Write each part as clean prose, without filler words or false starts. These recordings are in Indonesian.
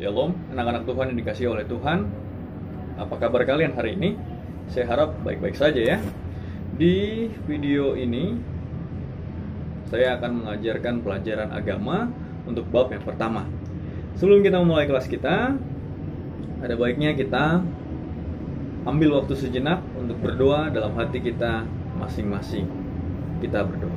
Shalom, anak-anak Tuhan yang dikasihi oleh Tuhan. Apa kabar kalian hari ini? Saya harap baik-baik saja ya. Di video ini saya akan mengajarkan pelajaran agama untuk bab yang pertama. Sebelum kita memulai kelas kita, ada baiknya kita ambil waktu sejenak untuk berdoa dalam hati kita masing-masing. Kita berdoa.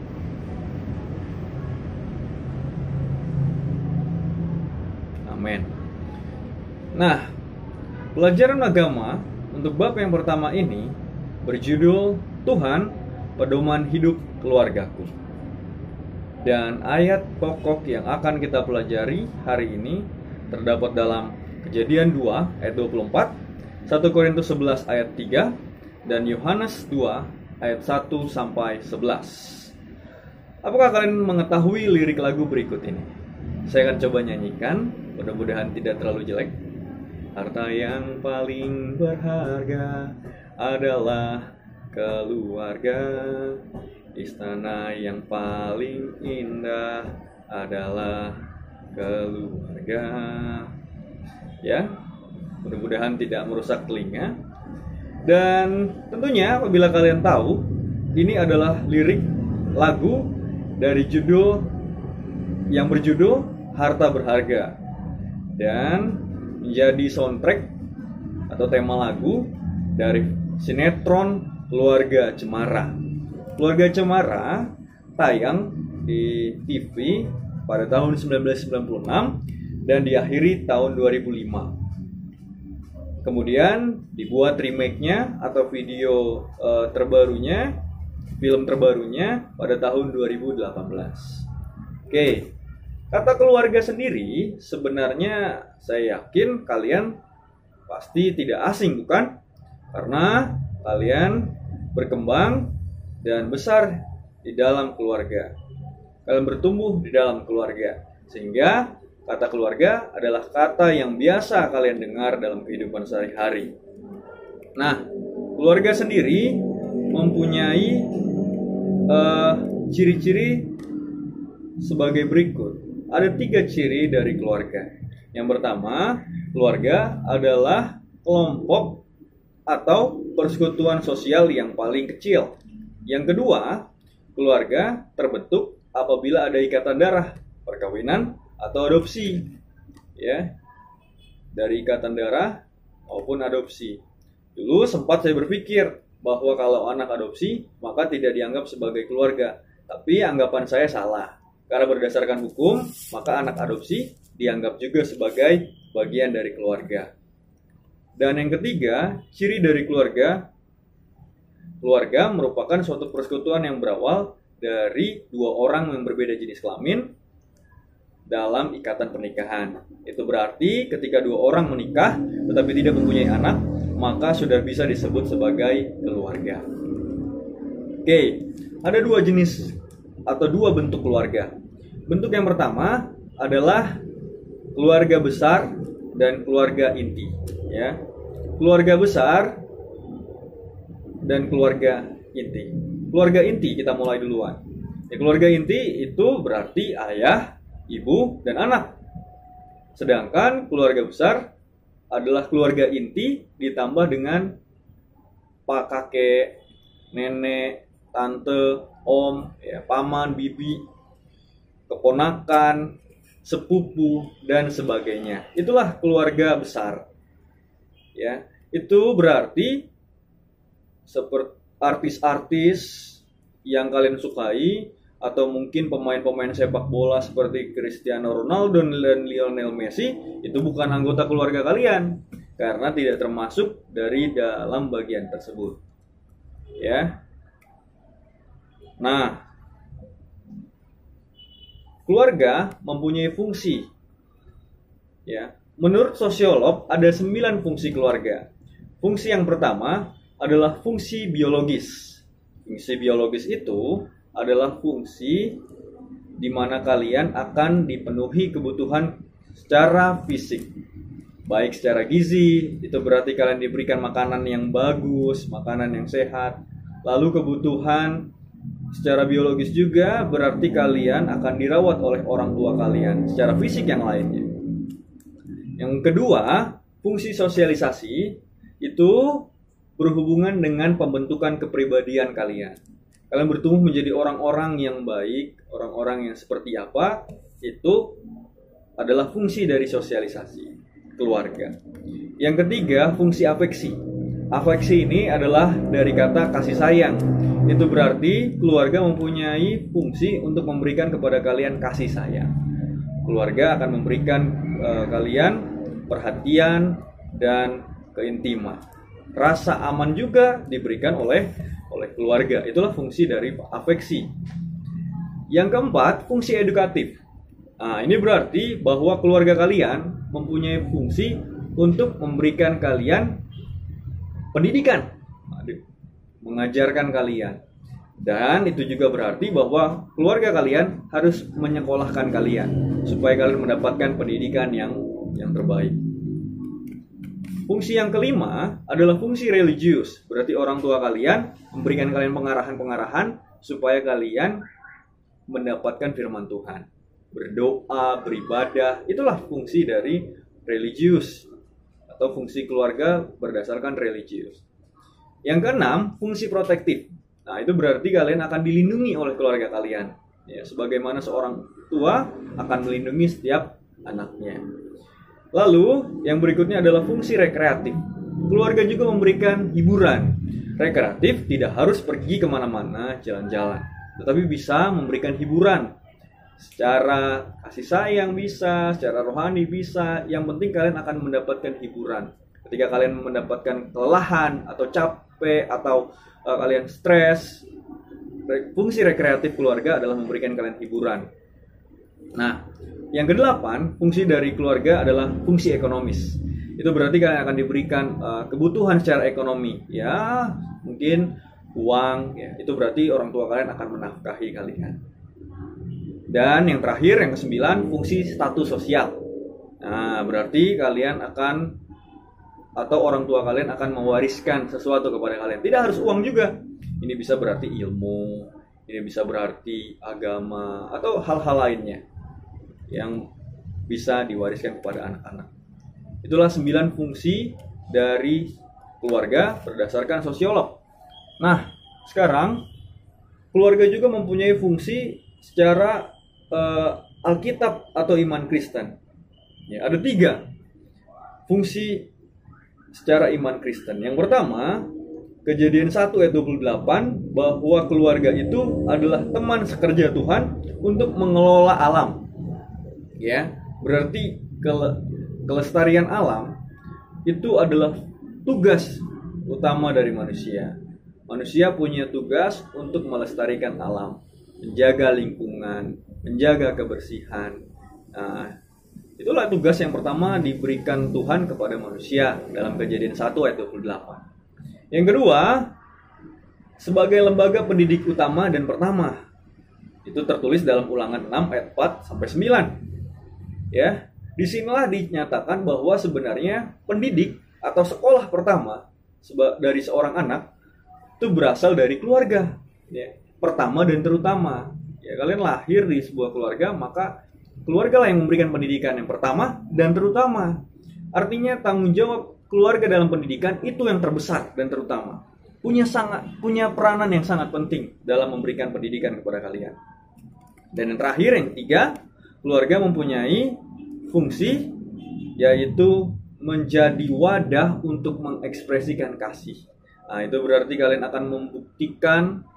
Amin. Nah, pelajaran agama untuk bab yang pertama ini berjudul Tuhan, Pedoman Hidup Keluargaku. Dan ayat pokok yang akan kita pelajari hari ini terdapat dalam Kejadian 2 ayat 24, 1 Korintus 11 ayat 3, dan Yohanes 2 ayat 1 sampai 11. Apakah kalian mengetahui lirik lagu berikut ini? Saya akan coba nyanyikan, mudah-mudahan tidak terlalu jelek. Harta yang paling berharga adalah keluarga. Istana yang paling indah adalah keluarga. Ya, mudah-mudahan tidak merusak telinga. Dan tentunya apabila kalian tahu, ini adalah lirik lagu dari judul yang berjudul Harta Berharga, dan menjadi soundtrack atau tema lagu dari sinetron Keluarga Cemara. Keluarga Cemara tayang di TV pada tahun 1996 dan diakhiri tahun 2005. Kemudian dibuat remake-nya atau video terbarunya, film terbarunya pada tahun 2018. Oke. Kata keluarga sendiri sebenarnya saya yakin kalian pasti tidak asing, bukan? Karena kalian berkembang dan besar di dalam keluarga. Kalian bertumbuh di dalam keluarga. Sehingga kata keluarga adalah kata yang biasa kalian dengar dalam kehidupan sehari-hari. Nah, keluarga sendiri mempunyai ciri-ciri sebagai berikut. Ada 3 ciri dari keluarga. Yang pertama, keluarga adalah kelompok atau persekutuan sosial yang paling kecil. Yang kedua, keluarga terbentuk apabila ada ikatan darah, perkawinan atau adopsi. Ya, dari ikatan darah maupun adopsi. Dulu sempat saya berpikir bahwa kalau anak adopsi maka tidak dianggap sebagai keluarga. Tapi anggapan saya salah. Karena berdasarkan hukum, maka anak adopsi dianggap juga sebagai bagian dari keluarga. Dan yang ketiga, ciri dari keluarga merupakan suatu persekutuan yang berawal dari 2 orang yang berbeda jenis kelamin dalam ikatan pernikahan. Itu berarti ketika 2 orang menikah tetapi tidak mempunyai anak, maka sudah bisa disebut sebagai keluarga. Oke, ada 2 jenis atau 2 bentuk keluarga. Bentuk yang pertama adalah keluarga besar dan keluarga inti. Ya, keluarga besar dan keluarga inti. Keluarga inti kita mulai duluan. Ya, keluarga inti itu berarti ayah, ibu, dan anak. Sedangkan keluarga besar adalah keluarga inti ditambah dengan pak, kakek, nenek, tante, om, ya, paman, bibi, keponakan, sepupu, dan sebagainya. Itulah keluarga besar. Ya, itu berarti seperti artis-artis yang kalian sukai atau mungkin pemain-pemain sepak bola seperti Cristiano Ronaldo dan Lionel Messi itu bukan anggota keluarga kalian karena tidak termasuk dari dalam bagian tersebut. Ya. Nah, keluarga mempunyai fungsi. Ya, menurut sosiolog ada 9 fungsi keluarga. Fungsi yang pertama adalah fungsi biologis. Fungsi biologis itu adalah fungsi di mana kalian akan dipenuhi kebutuhan secara fisik. Baik secara gizi, itu berarti kalian diberikan makanan yang bagus, makanan yang sehat. Lalu kebutuhan secara biologis juga berarti kalian akan dirawat oleh orang tua kalian secara fisik yang lainnya. Yang kedua, fungsi sosialisasi itu berhubungan dengan pembentukan kepribadian kalian. Kalian bertumbuh menjadi orang-orang yang baik, orang-orang yang seperti apa, itu adalah fungsi dari sosialisasi keluarga. Yang ketiga, fungsi afeksi. Afeksi ini adalah dari kata kasih sayang. Itu berarti keluarga mempunyai fungsi untuk memberikan kepada kalian kasih sayang. Keluarga akan memberikan kalian perhatian dan keintiman. Rasa aman juga diberikan oleh keluarga. Itulah fungsi dari afeksi. Yang keempat, fungsi edukatif. Nah, ini berarti bahwa keluarga kalian mempunyai fungsi untuk memberikan kalian pendidikan, mengajarkan kalian. Dan itu juga berarti bahwa keluarga kalian harus menyekolahkan kalian supaya kalian mendapatkan pendidikan yang terbaik. Fungsi yang kelima adalah fungsi religius. Berarti orang tua kalian memberikan kalian pengarahan-pengarahan supaya kalian mendapatkan firman Tuhan. Berdoa, beribadah, itulah fungsi dari religius atau fungsi keluarga berdasarkan religius. Yang keenam, fungsi protektif. Nah, itu berarti kalian akan dilindungi oleh keluarga kalian. Ya, sebagaimana seorang tua akan melindungi setiap anaknya. Lalu, yang berikutnya adalah fungsi rekreatif. Keluarga juga memberikan hiburan. Rekreatif tidak harus pergi kemana-mana jalan-jalan, tetapi bisa memberikan hiburan. Secara kasih sayang bisa, secara rohani bisa. Yang penting kalian akan mendapatkan hiburan. Ketika kalian mendapatkan kelelahan atau capek atau kalian stres, fungsi rekreatif keluarga adalah memberikan kalian hiburan. Nah, yang kedelapan, fungsi dari keluarga adalah fungsi ekonomis. Itu berarti kalian akan diberikan kebutuhan secara ekonomi. Ya, mungkin uang. Ya, itu berarti orang tua kalian akan menafkahi kalian. Dan yang terakhir, yang kesembilan, fungsi status sosial. Nah, berarti kalian akan atau orang tua kalian akan mewariskan sesuatu kepada kalian. Tidak harus uang juga. Ini bisa berarti ilmu, ini bisa berarti agama, atau hal-hal lainnya yang bisa diwariskan kepada anak-anak. Itulah 9 fungsi dari keluarga berdasarkan sosiolog. Nah, sekarang keluarga juga mempunyai fungsi secara Alkitab atau iman Kristen. Ya, ada 3 fungsi secara iman Kristen. Yang pertama, Kejadian 1 ayat 28, bahwa keluarga itu adalah teman sekerja Tuhan untuk mengelola alam. Ya, berarti kelestarian alam itu adalah tugas utama dari manusia. Manusia punya tugas untuk melestarikan alam, menjaga lingkungan, menjaga kebersihan. Nah, itulah tugas yang pertama diberikan Tuhan kepada manusia dalam Kejadian 1 ayat 28. Yang kedua, sebagai lembaga pendidik utama dan pertama. Itu tertulis dalam Ulangan 6 ayat 4 sampai 9. Ya, disinilah dinyatakan bahwa sebenarnya pendidik atau sekolah pertama dari seorang anak itu berasal dari keluarga. Ya, pertama dan terutama. Ya, kalian lahir di sebuah keluarga, maka keluarga lah yang memberikan pendidikan yang pertama dan terutama. Artinya tanggung jawab keluarga dalam pendidikan itu yang terbesar dan terutama. Punya peranan yang sangat penting dalam memberikan pendidikan kepada kalian. Dan yang terakhir, yang ketiga, keluarga mempunyai fungsi yaitu menjadi wadah untuk mengekspresikan kasih. Nah, itu berarti kalian akan membuktikan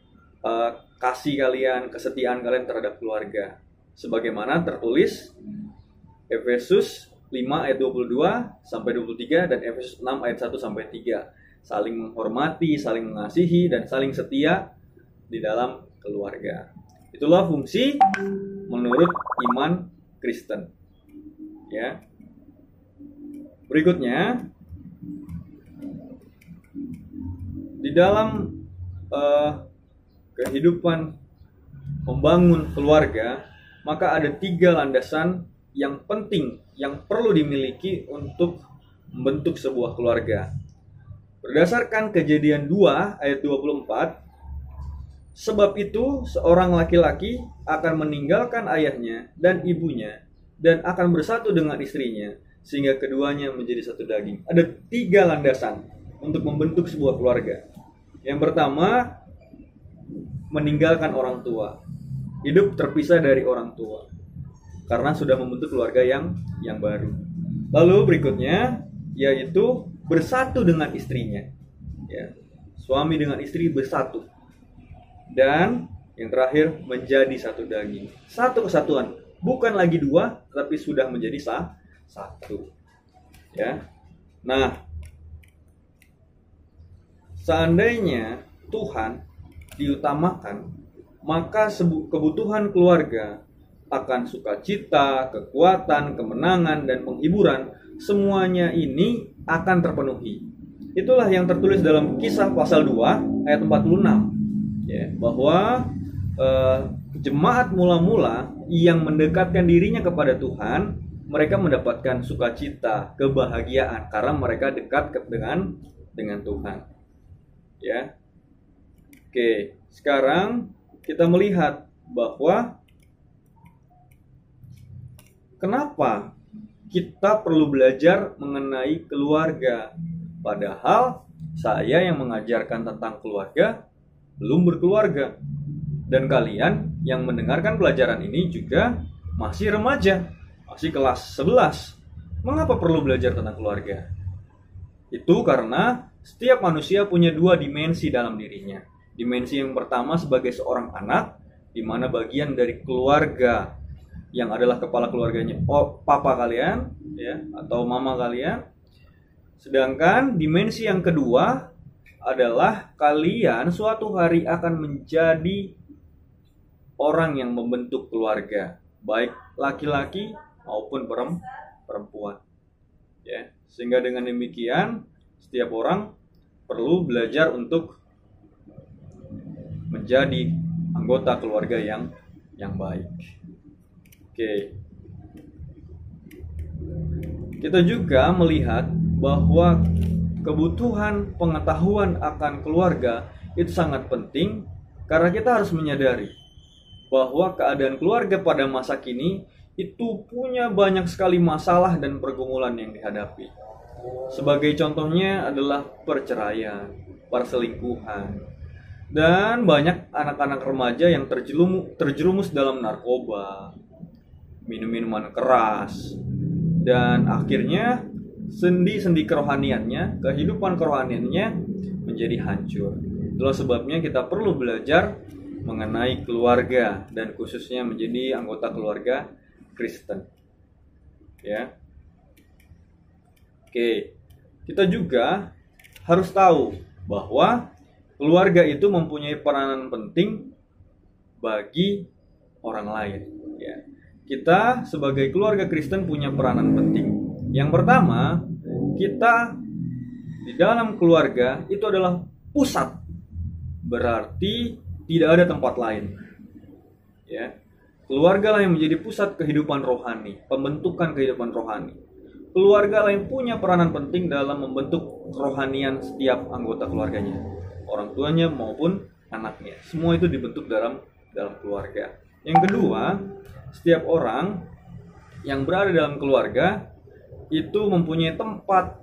kasih kalian, kesetiaan kalian terhadap keluarga. Sebagaimana tertulis Efesus 5 ayat 22 sampai 23 dan Efesus 6 ayat 1 sampai 3. Saling menghormati, saling mengasihi, dan saling setia di dalam keluarga. Itulah fungsi menurut iman Kristen. Ya. Berikutnya, di dalam kehidupan membangun keluarga, maka ada 3 landasan yang penting yang perlu dimiliki untuk membentuk sebuah keluarga. Berdasarkan Kejadian 2 ayat 24, sebab itu seorang laki-laki akan meninggalkan ayahnya dan ibunya dan akan bersatu dengan istrinya, sehingga keduanya menjadi satu daging. Ada 3 landasan untuk membentuk sebuah keluarga. Yang pertama, meninggalkan orang tua. Hidup terpisah dari orang tua karena sudah membentuk keluarga yang baru. Lalu berikutnya yaitu bersatu dengan istrinya. Ya, suami dengan istri bersatu. Dan yang terakhir menjadi satu daging. Satu kesatuan, bukan lagi 2, tapi sudah menjadi satu. Ya. Nah, seandainya Tuhan diutamakan, maka kebutuhan keluarga akan sukacita, kekuatan, kemenangan, dan penghiburan, semuanya ini akan terpenuhi. Itulah yang tertulis dalam Kisah pasal 2 ayat 46, ya, bahwa jemaat mula-mula yang mendekatkan dirinya kepada Tuhan, mereka mendapatkan sukacita, kebahagiaan karena mereka dekat dengan Tuhan. Ya. Oke, sekarang kita melihat bahwa kenapa kita perlu belajar mengenai keluarga. Padahal saya yang mengajarkan tentang keluarga belum berkeluarga. Dan kalian yang mendengarkan pelajaran ini juga masih remaja, masih kelas 11. Mengapa perlu belajar tentang keluarga? Itu karena setiap manusia punya 2 dimensi dalam dirinya. Dimensi yang pertama sebagai seorang anak, di mana bagian dari keluarga yang adalah kepala keluarganya papa kalian, ya, atau mama kalian. Sedangkan dimensi yang kedua adalah kalian suatu hari akan menjadi orang yang membentuk keluarga, baik laki-laki maupun perempuan. Ya, sehingga dengan demikian setiap orang perlu belajar untuk menjadi anggota keluarga yang baik. Oke. Kita juga melihat bahwa kebutuhan pengetahuan akan keluarga itu sangat penting karena kita harus menyadari bahwa keadaan keluarga pada masa kini itu punya banyak sekali masalah dan pergumulan yang dihadapi. Sebagai contohnya adalah perceraian, perselingkuhan, dan banyak anak-anak remaja yang terjerumus dalam narkoba, minum-minuman keras, dan akhirnya sendi-sendi kerohaniannya, kehidupan kerohaniannya menjadi hancur. Itulah sebabnya kita perlu belajar mengenai keluarga dan khususnya menjadi anggota keluarga Kristen. Ya. Oke. Kita juga harus tahu bahwa keluarga itu mempunyai peranan penting bagi orang lain, ya. Kita sebagai keluarga Kristen punya peranan penting. Yang pertama, kita di dalam keluarga itu adalah pusat. Berarti tidak ada tempat lain. Ya. Keluarga lah yang menjadi pusat kehidupan rohani, pembentukan kehidupan rohani. Keluarga lah yang punya peranan penting dalam membentuk kerohanian setiap anggota keluarganya, orang tuanya maupun anaknya. Semua itu dibentuk dalam keluarga. Yang kedua, setiap orang yang berada dalam keluarga itu mempunyai tempat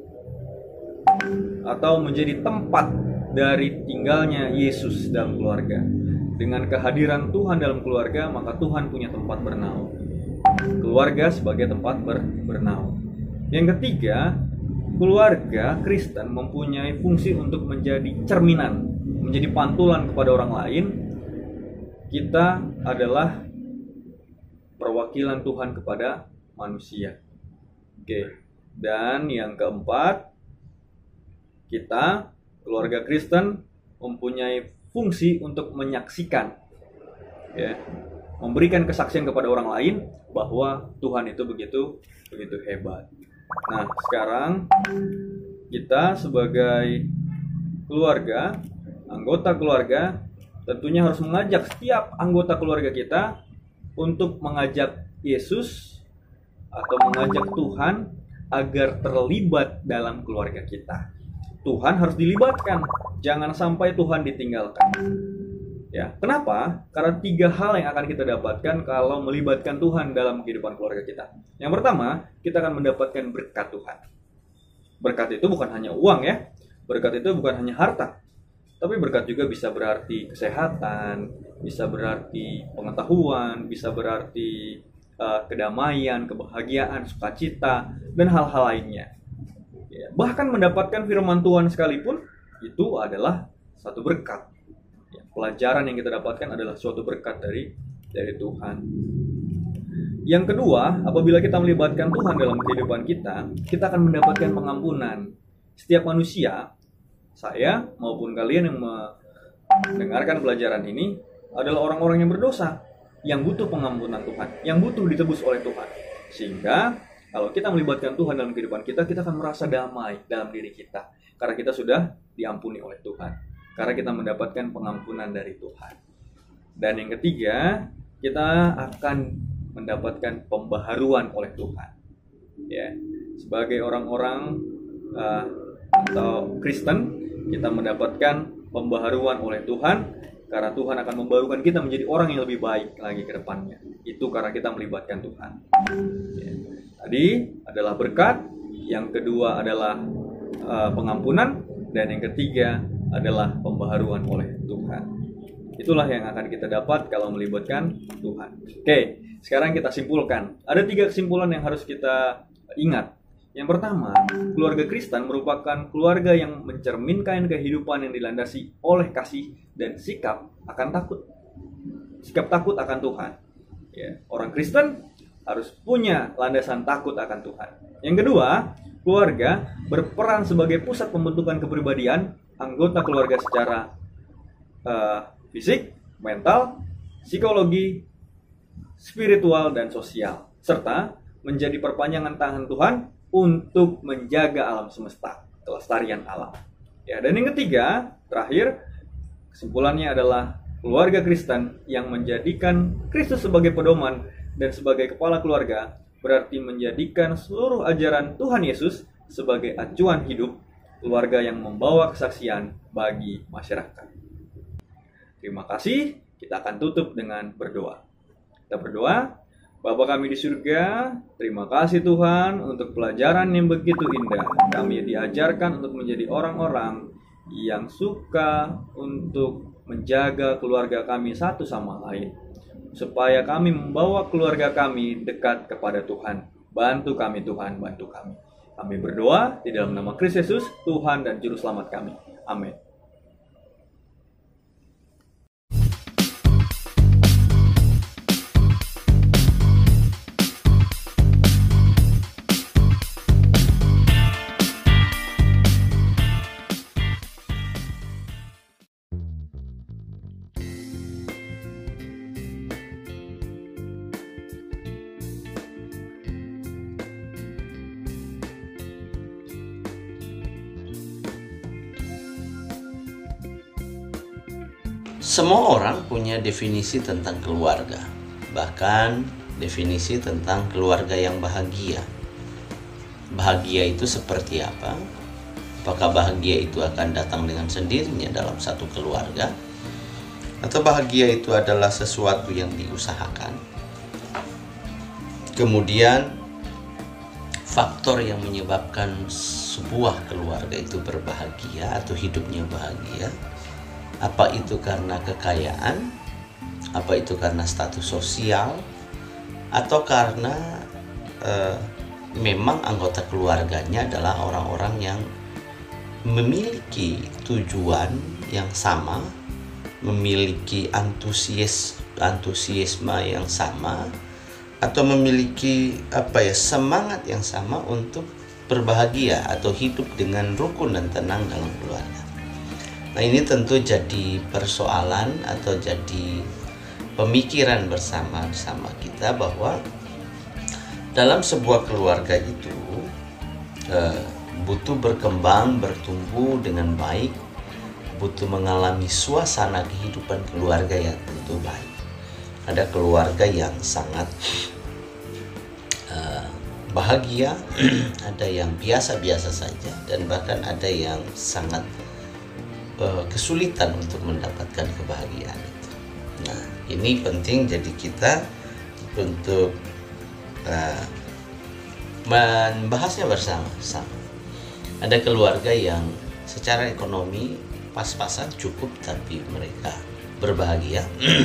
atau menjadi tempat dari tinggalnya Yesus dalam keluarga. Dengan kehadiran Tuhan dalam keluarga, maka Tuhan punya tempat bernaung. Keluarga sebagai tempat bernaung. Yang ketiga, keluarga Kristen mempunyai fungsi untuk menjadi cerminan, menjadi pantulan kepada orang lain. Kita adalah perwakilan Tuhan kepada manusia. Oke. Dan yang keempat, kita keluarga Kristen mempunyai fungsi untuk menyaksikan, ya, memberikan kesaksian kepada orang lain bahwa Tuhan itu begitu hebat. Nah, sekarang kita sebagai keluarga, anggota keluarga, tentunya harus mengajak setiap anggota keluarga kita untuk mengajak Yesus atau mengajak Tuhan agar terlibat dalam keluarga kita. Tuhan harus dilibatkan, jangan sampai Tuhan ditinggalkan. Ya, kenapa? Karena 3 hal yang akan kita dapatkan kalau melibatkan Tuhan dalam kehidupan keluarga kita. Yang pertama, kita akan mendapatkan berkat Tuhan. Berkat itu bukan hanya uang ya. Berkat itu bukan hanya harta. Tapi berkat juga bisa berarti kesehatan, bisa berarti pengetahuan, bisa berarti kedamaian, kebahagiaan, sukacita, dan hal-hal lainnya. Ya, bahkan mendapatkan firman Tuhan sekalipun itu adalah satu berkat. Ya, pelajaran yang kita dapatkan adalah suatu berkat dari Tuhan. Yang kedua, apabila kita melibatkan Tuhan dalam kehidupan kita akan mendapatkan pengampunan. Setiap manusia, saya maupun kalian yang mendengarkan pelajaran ini adalah orang-orang yang berdosa, yang butuh pengampunan Tuhan, yang butuh ditebus oleh Tuhan. Sehingga kalau kita melibatkan Tuhan dalam kehidupan kita akan merasa damai dalam diri kita. Karena kita sudah diampuni oleh Tuhan. Karena kita mendapatkan pengampunan dari Tuhan. Dan yang ketiga, kita akan mendapatkan pembaharuan oleh Tuhan. Ya, sebagai orang-orang atau Kristen, kita mendapatkan pembaharuan oleh Tuhan. Karena Tuhan akan membarukan kita menjadi orang yang lebih baik lagi ke depannya. Itu karena kita melibatkan Tuhan. Ya. Tadi adalah berkat, yang kedua adalah pengampunan, dan yang ketiga adalah pembaharuan oleh Tuhan. Itulah yang akan kita dapat kalau melibatkan Tuhan. Oke, sekarang kita simpulkan. Ada 3 kesimpulan yang harus kita ingat. Yang pertama, keluarga Kristen merupakan keluarga yang mencerminkan kehidupan yang dilandasi oleh kasih dan sikap akan takut. Sikap takut akan Tuhan. Ya, orang Kristen harus punya landasan takut akan Tuhan. Yang kedua, keluarga berperan sebagai pusat pembentukan kepribadian anggota keluarga secara fisik, mental, psikologi, spiritual, dan sosial, serta menjadi perpanjangan tangan Tuhan untuk menjaga alam semesta, kelestarian alam. Ya, dan yang ketiga, terakhir, kesimpulannya adalah keluarga Kristen yang menjadikan Kristus sebagai pedoman dan sebagai kepala keluarga, berarti menjadikan seluruh ajaran Tuhan Yesus sebagai acuan hidup keluarga yang membawa kesaksian bagi masyarakat. Terima kasih. Kita akan tutup dengan berdoa. Kita berdoa. Bapa kami di surga, terima kasih Tuhan untuk pelajaran yang begitu indah. Kami diajarkan untuk menjadi orang-orang yang suka untuk menjaga keluarga kami satu sama lain, supaya kami membawa keluarga kami dekat kepada Tuhan. Bantu kami Tuhan, bantu kami. Kami berdoa di dalam nama Kristus Yesus, Tuhan dan Juru Selamat kami. Amin. Semua orang punya definisi tentang keluarga, bahkan definisi tentang keluarga yang bahagia. Bahagia itu seperti apa? Apakah bahagia itu akan datang dengan sendirinya dalam satu keluarga? Atau bahagia itu adalah sesuatu yang diusahakan? Kemudian, faktor yang menyebabkan sebuah keluarga itu berbahagia atau hidupnya bahagia, apa itu karena kekayaan, apa itu karena status sosial, atau karena memang anggota keluarganya adalah orang-orang yang memiliki tujuan yang sama, memiliki antusiasme yang sama, atau memiliki semangat yang sama untuk berbahagia atau hidup dengan rukun dan tenang dalam keluarga. Nah, ini tentu jadi persoalan atau jadi pemikiran bersama kita bahwa dalam sebuah keluarga itu butuh berkembang, bertumbuh dengan baik, butuh mengalami suasana kehidupan keluarga yang tentu baik. Ada keluarga yang sangat bahagia, ada yang biasa-biasa saja, dan bahkan ada yang sangat kesulitan untuk mendapatkan kebahagiaan itu. Nah, ini penting jadi kita untuk membahasnya bersama-sama. Ada keluarga yang secara ekonomi pas-pasan cukup tapi mereka berbahagia.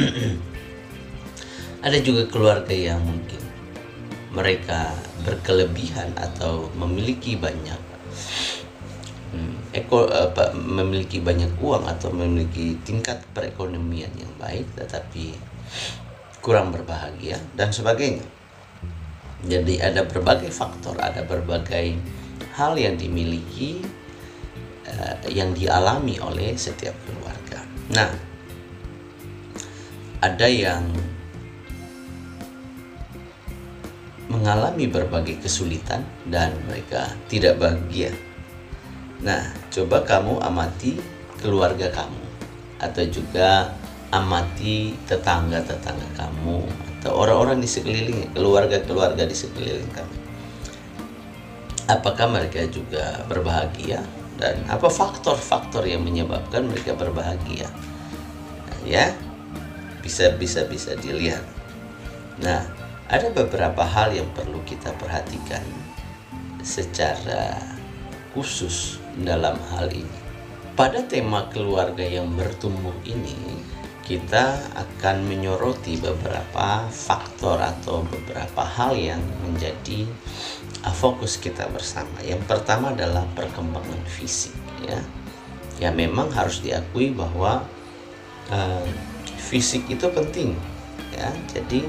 Ada juga keluarga yang mungkin mereka berkelebihan atau memiliki banyak memiliki banyak uang atau memiliki tingkat perekonomian yang baik tetapi kurang berbahagia dan sebagainya. Jadi ada berbagai faktor, ada berbagai hal yang dimiliki yang dialami oleh setiap keluarga. Nah, ada yang mengalami berbagai kesulitan dan mereka tidak bahagia. Nah, coba kamu amati keluarga kamu atau juga amati tetangga-tetangga kamu atau orang-orang di sekeliling, keluarga-keluarga di sekeliling kamu. Apakah mereka juga berbahagia dan apa faktor-faktor yang menyebabkan mereka berbahagia? Nah, ya, bisa dilihat. Nah, ada beberapa hal yang perlu kita perhatikan secara khusus dalam hal ini. Pada tema keluarga yang bertumbuh ini, kita akan menyoroti beberapa faktor atau beberapa hal yang menjadi fokus kita bersama. Yang pertama adalah perkembangan fisik, ya. Ya, memang harus diakui bahwa fisik itu penting, ya. Jadi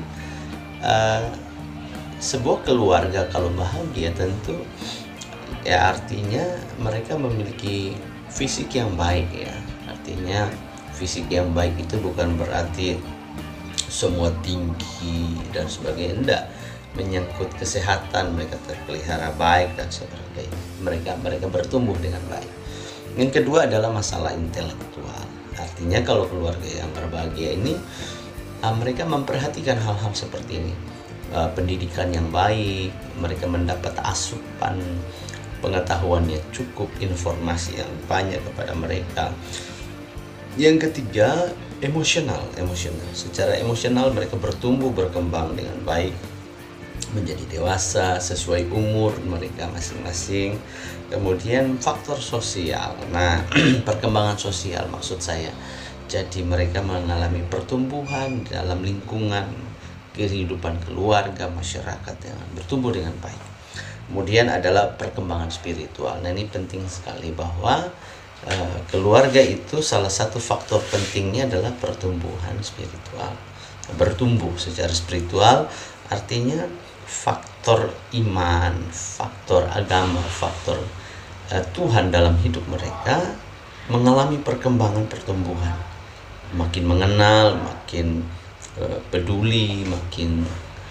sebuah keluarga kalau bahagia tentu ya artinya mereka memiliki fisik yang baik, ya. Artinya fisik yang baik itu bukan berarti semua tinggi dan sebagainya, enggak. Menyangkut kesehatan, mereka terpelihara baik dan sebagainya. Mereka bertumbuh dengan baik. Yang kedua adalah masalah intelektual. Artinya kalau keluarga yang berbahagia ini mereka memperhatikan hal-hal seperti ini. Pendidikan yang baik, mereka mendapat asupan pengetahuannya cukup, informasi yang banyak kepada mereka. Yang ketiga, emosional. Secara emosional mereka bertumbuh berkembang dengan baik, menjadi dewasa sesuai umur mereka masing-masing. Kemudian faktor sosial. Nah, perkembangan sosial maksud saya. Jadi mereka mengalami pertumbuhan dalam lingkungan kehidupan keluarga, masyarakat yang bertumbuh dengan baik. Kemudian adalah perkembangan spiritual. Nah, ini penting sekali bahwa keluarga itu salah satu faktor pentingnya adalah pertumbuhan spiritual. Bertumbuh secara spiritual artinya faktor iman, faktor agama, faktor Tuhan dalam hidup mereka mengalami perkembangan pertumbuhan. Makin mengenal, makin peduli, makin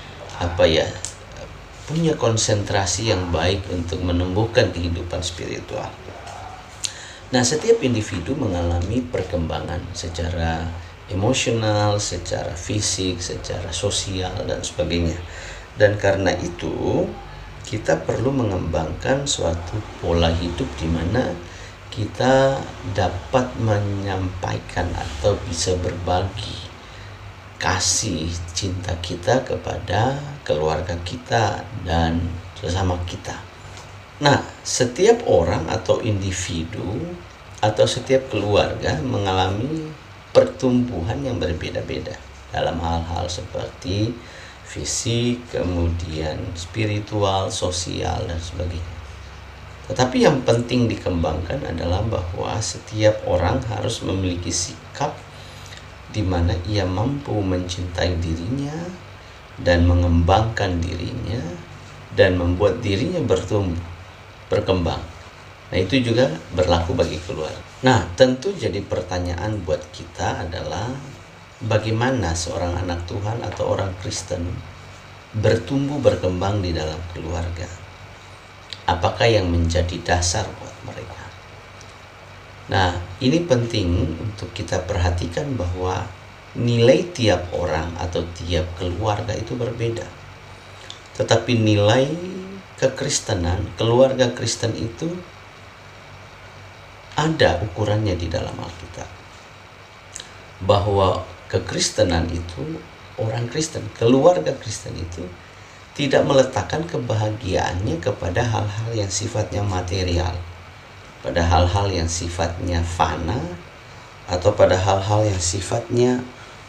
punya konsentrasi yang baik untuk menumbuhkan kehidupan spiritual. Nah, setiap individu mengalami perkembangan secara emosional, secara fisik, secara sosial dan sebagainya. Dan karena itu kita perlu mengembangkan suatu pola hidup di mana kita dapat menyampaikan atau bisa berbagi kasih cinta kita kepada keluarga kita dan sesama kita. Nah, setiap orang atau individu atau setiap keluarga mengalami pertumbuhan yang berbeda-beda dalam hal-hal seperti fisik, kemudian spiritual, sosial dan sebagainya. Tetapi yang penting dikembangkan adalah bahwa setiap orang harus memiliki sikap di mana ia mampu mencintai dirinya dan mengembangkan dirinya dan membuat dirinya bertumbuh, berkembang. Nah, itu juga berlaku bagi keluarga. Nah, tentu jadi pertanyaan buat kita adalah bagaimana seorang anak Tuhan atau orang Kristen bertumbuh berkembang di dalam keluarga. Apakah yang menjadi dasar buat mereka? Nah, ini penting untuk kita perhatikan bahwa nilai tiap orang atau tiap keluarga itu berbeda. Tetapi nilai kekristenan, keluarga Kristen itu ada ukurannya di dalam Alkitab. Bahwa kekristenan itu, orang Kristen, keluarga Kristen itu tidak meletakkan kebahagiaannya kepada hal-hal yang sifatnya material, pada hal-hal yang sifatnya fana, atau pada hal-hal yang sifatnya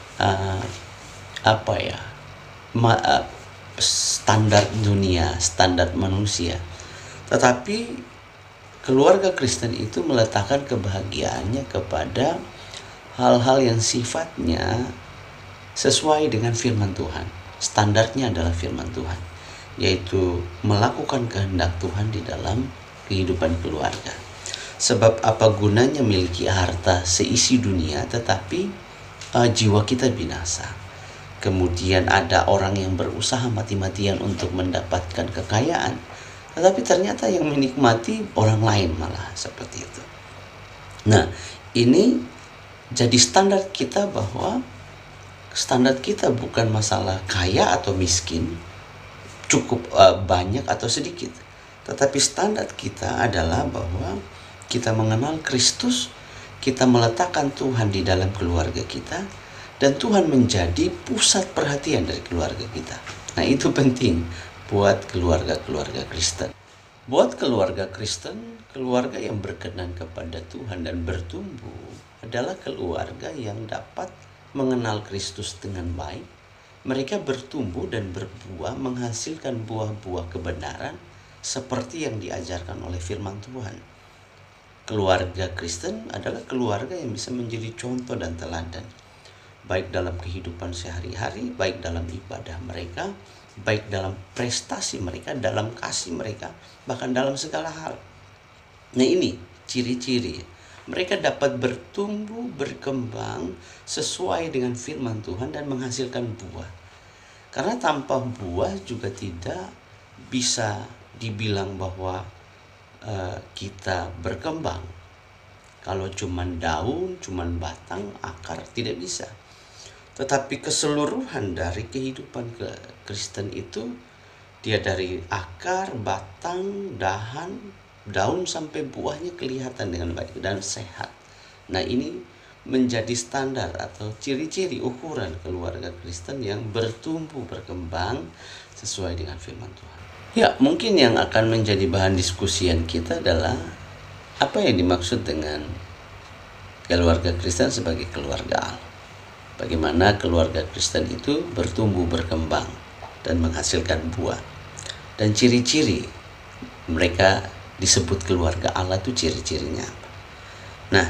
standar dunia, standar manusia. Tetapi keluarga Kristen itu meletakkan kebahagiaannya kepada hal-hal yang sifatnya sesuai dengan firman Tuhan. Standarnya adalah firman Tuhan, yaitu melakukan kehendak Tuhan di dalam kehidupan keluarga. Sebab apa gunanya memiliki harta seisi dunia tetapi jiwa kita binasa. Kemudian ada orang yang berusaha mati-matian untuk mendapatkan kekayaan, tetapi ternyata yang menikmati orang lain malah seperti itu. Nah, ini jadi standar kita, bahwa standar kita bukan masalah kaya atau miskin, cukup banyak atau sedikit. Tetapi standar kita adalah bahwa kita mengenal Kristus, kita meletakkan Tuhan di dalam keluarga kita, dan Tuhan menjadi pusat perhatian dari keluarga kita. Nah, itu penting buat keluarga-keluarga Kristen. Buat keluarga Kristen, keluarga yang berkenan kepada Tuhan dan bertumbuh adalah keluarga yang dapat mengenal Kristus dengan baik. Mereka bertumbuh dan berbuah, menghasilkan buah-buah kebenaran seperti yang diajarkan oleh firman Tuhan. Keluarga Kristen adalah keluarga yang bisa menjadi contoh dan teladan, baik dalam kehidupan sehari-hari, baik dalam ibadah mereka, baik dalam prestasi mereka, dalam kasih mereka, bahkan dalam segala hal. Nah, ini ciri-ciri mereka dapat bertumbuh, berkembang sesuai dengan firman Tuhan dan menghasilkan buah. Karena tanpa buah juga tidak bisa dibilang bahwa kita berkembang. Kalau cuman daun, cuman batang, akar, tidak bisa. Tetapi keseluruhan dari kehidupan Kristen itu, dia dari akar, batang, daun sampai buahnya kelihatan dengan baik dan sehat. Nah, ini menjadi standar atau ciri-ciri ukuran keluarga Kristen yang bertumbuh berkembang sesuai dengan firman Tuhan. Ya, mungkin yang akan menjadi bahan diskusian kita adalah apa yang dimaksud dengan keluarga Kristen sebagai keluarga Allah. Bagaimana keluarga Kristen itu bertumbuh berkembang dan menghasilkan buah. Dan ciri-ciri mereka disebut keluarga Allah itu ciri-cirinya apa? Nah,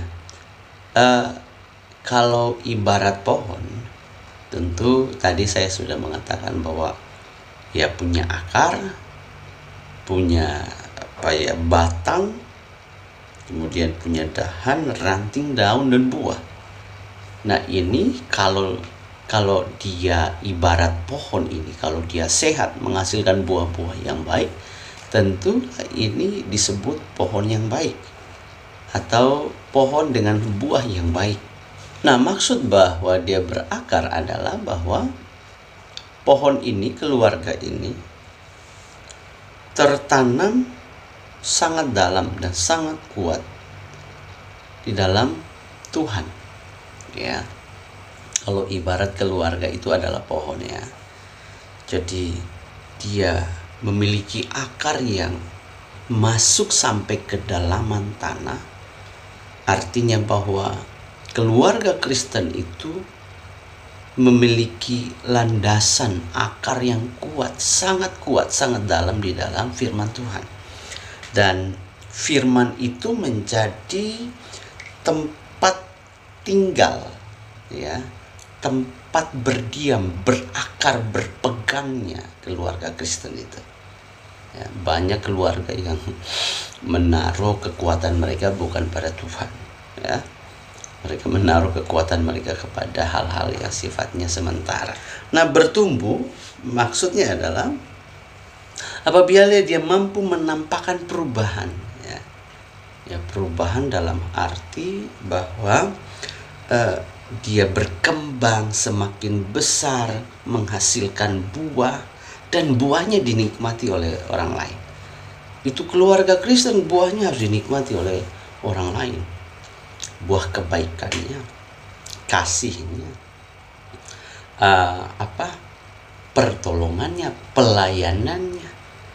kalau ibarat pohon, tentu tadi saya sudah mengatakan bahwa ya punya akar, punya batang, kemudian punya dahan, ranting, daun, dan buah. Nah, ini kalau dia ibarat pohon ini, kalau dia sehat menghasilkan buah-buah yang baik, tentu ini disebut pohon yang baik atau pohon dengan buah yang baik. Nah, maksud bahwa dia berakar adalah bahwa pohon ini, keluarga ini tertanam sangat dalam dan sangat kuat di dalam Tuhan. Ya. Kalau ibarat keluarga itu adalah pohon, ya. Jadi dia memiliki akar yang masuk sampai ke kedalaman tanah. Artinya bahwa keluarga Kristen itu memiliki landasan akar yang kuat, sangat dalam di dalam firman Tuhan. Dan firman itu menjadi tempat tinggal, ya, tempat berdiam, berakar, berpegangnya keluarga Kristen itu. Ya, banyak keluarga yang menaruh kekuatan mereka bukan pada Tuhan, ya. Mereka menaruh kekuatan mereka kepada hal-hal yang sifatnya sementara. Nah, bertumbuh maksudnya adalah apabila dia mampu menampakkan perubahan, ya perubahan dalam arti bahwa dia berkembang semakin besar, menghasilkan buah, dan buahnya dinikmati oleh orang lain. Itu keluarga Kristen, buahnya harus dinikmati oleh orang lain. Buah kebaikannya, kasihnya, pertolongannya, pelayanannya,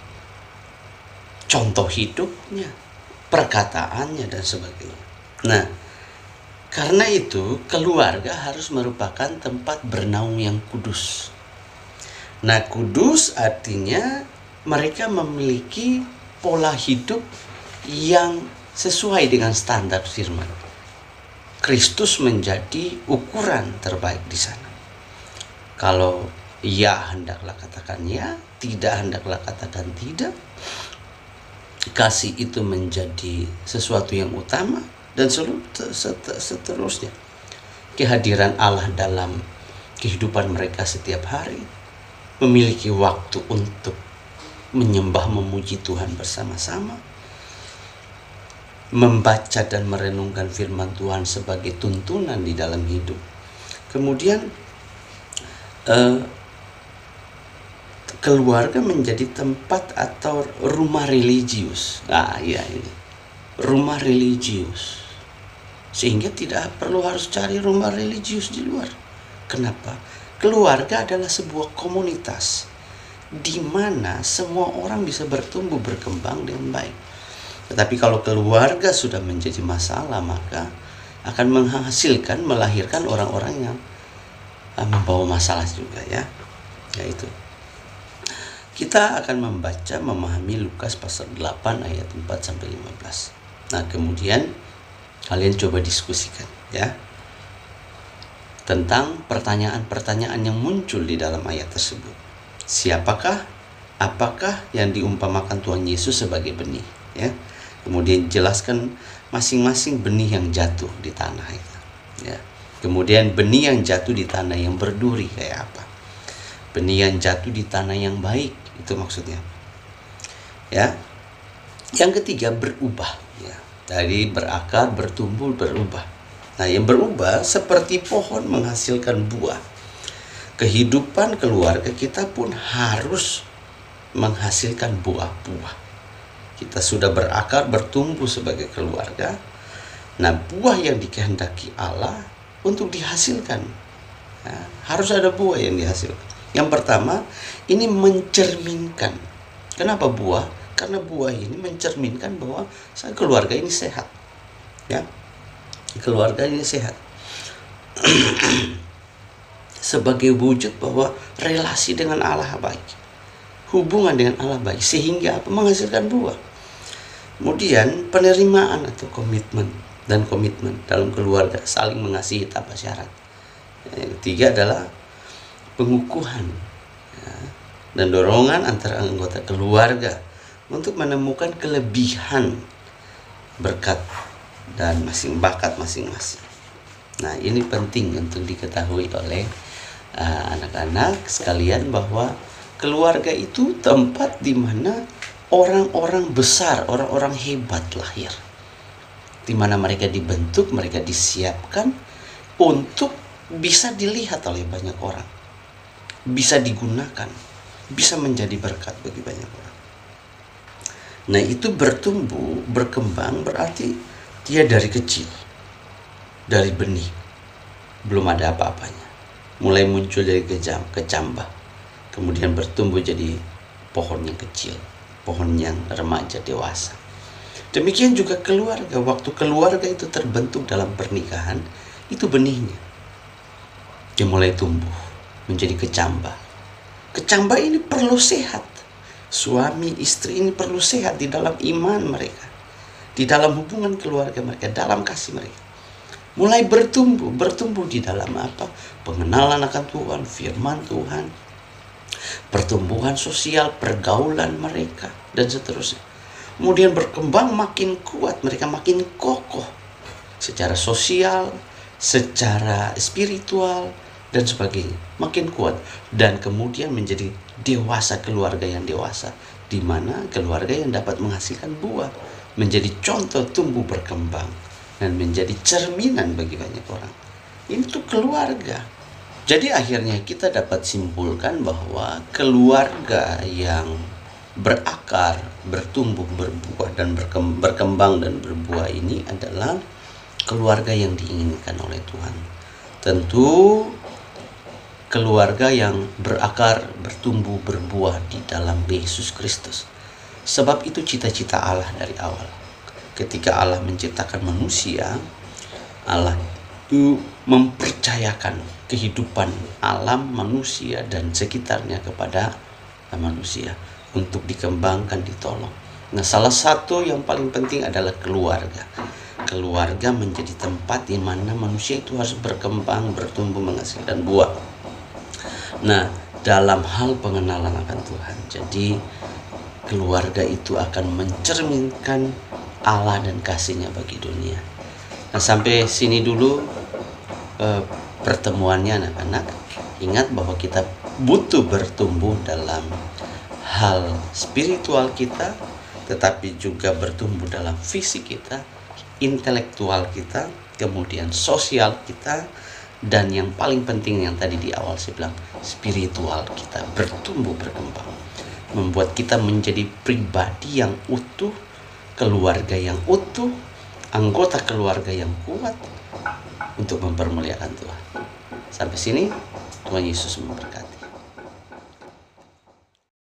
contoh hidupnya, perkataannya dan sebagainya. Nah, karena itu keluarga harus merupakan tempat bernaung yang kudus. Nah, kudus artinya mereka memiliki pola hidup yang sesuai dengan standar firman. Kristus menjadi ukuran terbaik di sana. Kalau ya, hendaklah katakan ya, tidak hendaklah katakan tidak. Kasih itu menjadi sesuatu yang utama, dan seterusnya. Kehadiran Allah dalam kehidupan mereka setiap hari, memiliki waktu untuk menyembah memuji Tuhan bersama-sama, membaca dan merenungkan firman Tuhan sebagai tuntunan di dalam hidup. Kemudian keluarga menjadi tempat atau rumah religius. Nah, ya ini rumah religius. Sehingga tidak perlu harus cari rumah religius di luar. Kenapa? Keluarga adalah sebuah komunitas di mana semua orang bisa bertumbuh berkembang dengan baik. Tetapi kalau keluarga sudah menjadi masalah, maka akan menghasilkan, melahirkan orang-orang yang membawa masalah juga, ya. Yaitu kita akan membaca, memahami Lukas pasal 8 ayat 4 sampai 15. Nah, kemudian kalian coba diskusikan, ya, tentang pertanyaan-pertanyaan yang muncul di dalam ayat tersebut. Siapakah, apakah yang diumpamakan Tuhan Yesus sebagai benih, ya? Kemudian jelaskan masing-masing benih yang jatuh di tanah itu, ya. Kemudian benih yang jatuh di tanah yang berduri kayak apa? Benih yang jatuh di tanah yang baik, itu maksudnya, ya. Yang ketiga, berubah, ya. Dari berakar, bertumbuh, berubah. Nah, yang berubah seperti pohon menghasilkan buah. Kehidupan keluarga kita pun harus menghasilkan buah-buah. Kita sudah berakar, bertumbuh sebagai keluarga. Nah, buah yang dikehendaki Allah untuk dihasilkan, ya, harus ada buah yang dihasilkan. Yang pertama, ini mencerminkan. Kenapa buah? Karena buah ini mencerminkan bahwa keluarga ini sehat, ya. Keluarga ini sehat. Sebagai wujud bahwa relasi dengan Allah baik, hubungan dengan Allah baik, sehingga menghasilkan buah. Kemudian penerimaan atau komitmen dalam keluarga, saling mengasihi tanpa syarat. Yang ketiga adalah pengukuhan, ya, dan dorongan antara anggota keluarga untuk menemukan kelebihan berkat dan bakat masing-masing. Nah, ini penting untuk diketahui oleh anak-anak sekalian, bahwa keluarga itu tempat di mana orang-orang besar, orang-orang hebat lahir, di mana mereka dibentuk, mereka disiapkan untuk bisa dilihat oleh banyak orang, bisa digunakan, bisa menjadi berkat bagi banyak orang. Nah, itu bertumbuh, berkembang berarti dia dari kecil, dari benih, belum ada apa-apanya, mulai muncul dari kecambah, kemudian bertumbuh jadi pohon yang kecil, pohon yang remaja, dewasa. Demikian juga keluarga, waktu keluarga itu terbentuk dalam pernikahan, itu benihnya. Dia mulai tumbuh menjadi kecambah. Kecambah ini perlu sehat. Suami istri ini perlu sehat di dalam iman mereka, di dalam hubungan keluarga mereka, dalam kasih mereka. Mulai bertumbuh di dalam apa? Pengenalan akan Tuhan, firman Tuhan, pertumbuhan sosial, pergaulan mereka, dan seterusnya. Kemudian berkembang makin kuat, mereka makin kokoh secara sosial, secara spiritual, dan sebagainya, makin kuat. Dan kemudian menjadi dewasa, keluarga yang dewasa, di mana keluarga yang dapat menghasilkan buah, menjadi contoh tumbuh berkembang, dan menjadi cerminan bagi banyak orang. Itu keluarga. Jadi akhirnya kita dapat simpulkan bahwa keluarga yang berakar, bertumbuh, berbuah, dan berkembang dan berbuah ini adalah keluarga yang diinginkan oleh Tuhan. Tentu keluarga yang berakar, bertumbuh, berbuah di dalam Yesus Kristus. Sebab itu cita-cita Allah dari awal. Ketika Allah menciptakan manusia, Allah itu mempercayakan kehidupan alam manusia dan sekitarnya kepada manusia untuk dikembangkan, ditolong. Nah, salah satu yang paling penting adalah keluarga. Keluarga menjadi tempat di mana manusia itu harus berkembang, bertumbuh, menghasilkan buah. Nah, dalam hal pengenalan akan Tuhan, jadi keluarga itu akan mencerminkan Allah dan kasih-Nya bagi dunia. Nah, sampai sini dulu pertemuannya anak-anak. Ingat bahwa kita butuh bertumbuh dalam hal spiritual kita, tetapi juga bertumbuh dalam fisik kita, intelektual kita, kemudian sosial kita, dan yang paling penting yang tadi di awal saya bilang, spiritual kita bertumbuh, berkembang, membuat kita menjadi pribadi yang utuh, keluarga yang utuh, anggota keluarga yang kuat untuk mempermuliakan Tuhan. Sampai sini, Tuhan Yesus memberkati.